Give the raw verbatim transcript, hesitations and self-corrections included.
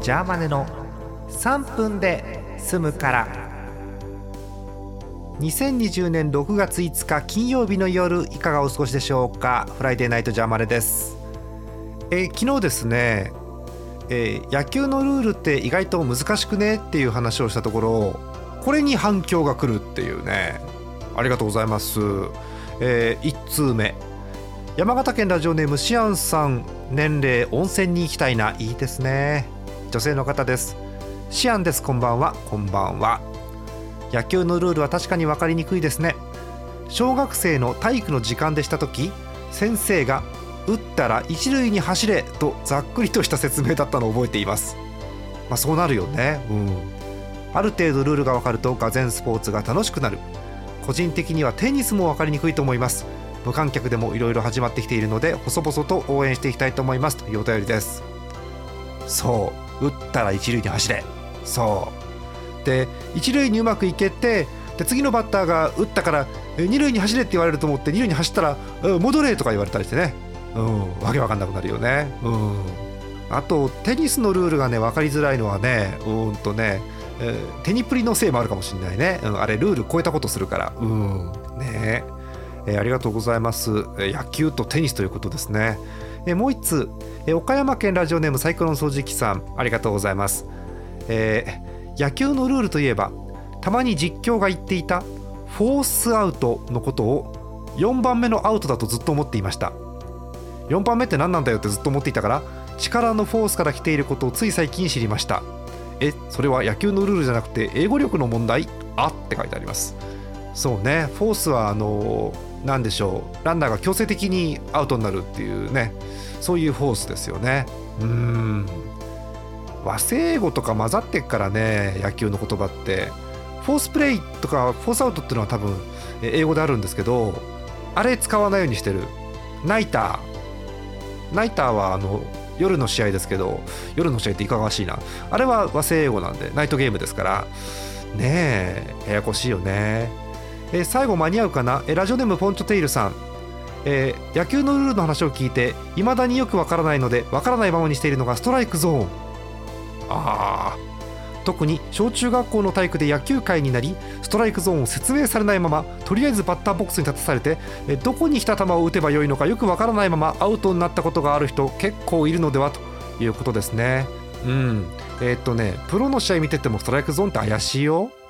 ジャーマネのさんぷんで済むから。にせんにじゅうねんろくがついつか金曜日の夜、いかがお過ごしでしょうか。フライデーナイトジャーマネです。えー、昨日ですね、えー、野球のルールって意外と難しくねっていう話をしたところ、これに反響が来るっていうね、ありがとうございます。えー、いちつうめ、山形県ラジオネームシアンさん、年齢温泉に行きたいな。いいですね。女性の方です。シアンです。こんばんは。こんばんは。野球のルールは確かに分かりにくいですね。小学生の体育の時間でしたとき、先生が打ったら一塁に走れとざっくりとした説明だったのを覚えています。まあそうなるよね。うん。ある程度ルールが分かるとがぜんスポーツが楽しくなる。個人的にはテニスも分かりにくいと思います。無観客でもいろいろ始まってきているので、細々と応援していきたいと思いますというお便りです。そう、打ったら一塁に走れ。そうで、一塁にうまくいけて、で次のバッターが打ったから二塁に走れって言われると思って二塁に走ったら戻れとか言われたりしてね、うん、わけわかんなくなるよね。うん、あとテニスのルールがね分かりづらいのはね、うんとね、えー、テニプリのせいもあるかもしれないね、うん、あれルール超えたことするから、うんねえー、ありがとうございます。野球とテニスということですね。えー、もう一つ、えー、岡山県ラジオネームサイクロン掃除機さん、ありがとうございます。えー、野球のルールといえば、たまに実況が言っていたフォースアウトのことをよんばんめのアウトだとずっと思っていました。よんばんめって何なんだよってずっと思っていたから、力のフォースから来ていることをつい最近知りました。え、それは野球のルールじゃなくて英語力の問題？あって書いてあります。そうね、フォースはあの何でしょう、ランナーが強制的にアウトになるっていうね、そういうフォースですよね。うーん、和製英語とか混ざってっからね、野球の言葉って。フォースプレイとかフォースアウトっていうのは多分英語であるんですけど、あれ使わないようにしてる。ナイターナイターはあの夜の試合ですけど、夜の試合っていかがわしいな、あれは和製英語なんでナイトゲームですからねえ、ややこしいよね。えー、最後間に合うかな。えー、ラジオネームポンチョテイルさん、えー、野球のルールの話を聞いて未だによくわからないので、わからないままにしているのがストライクゾーン。あー、特に小中学校の体育で野球界になり、ストライクゾーンを説明されないまま、とりあえずバッターボックスに立たされて、えどこに来た球を打てばよいのかよくわからないままアウトになったことがある人、結構いるのではということですね。うん、えー、っとねプロの試合見ててもストライクゾーンって怪しいよ。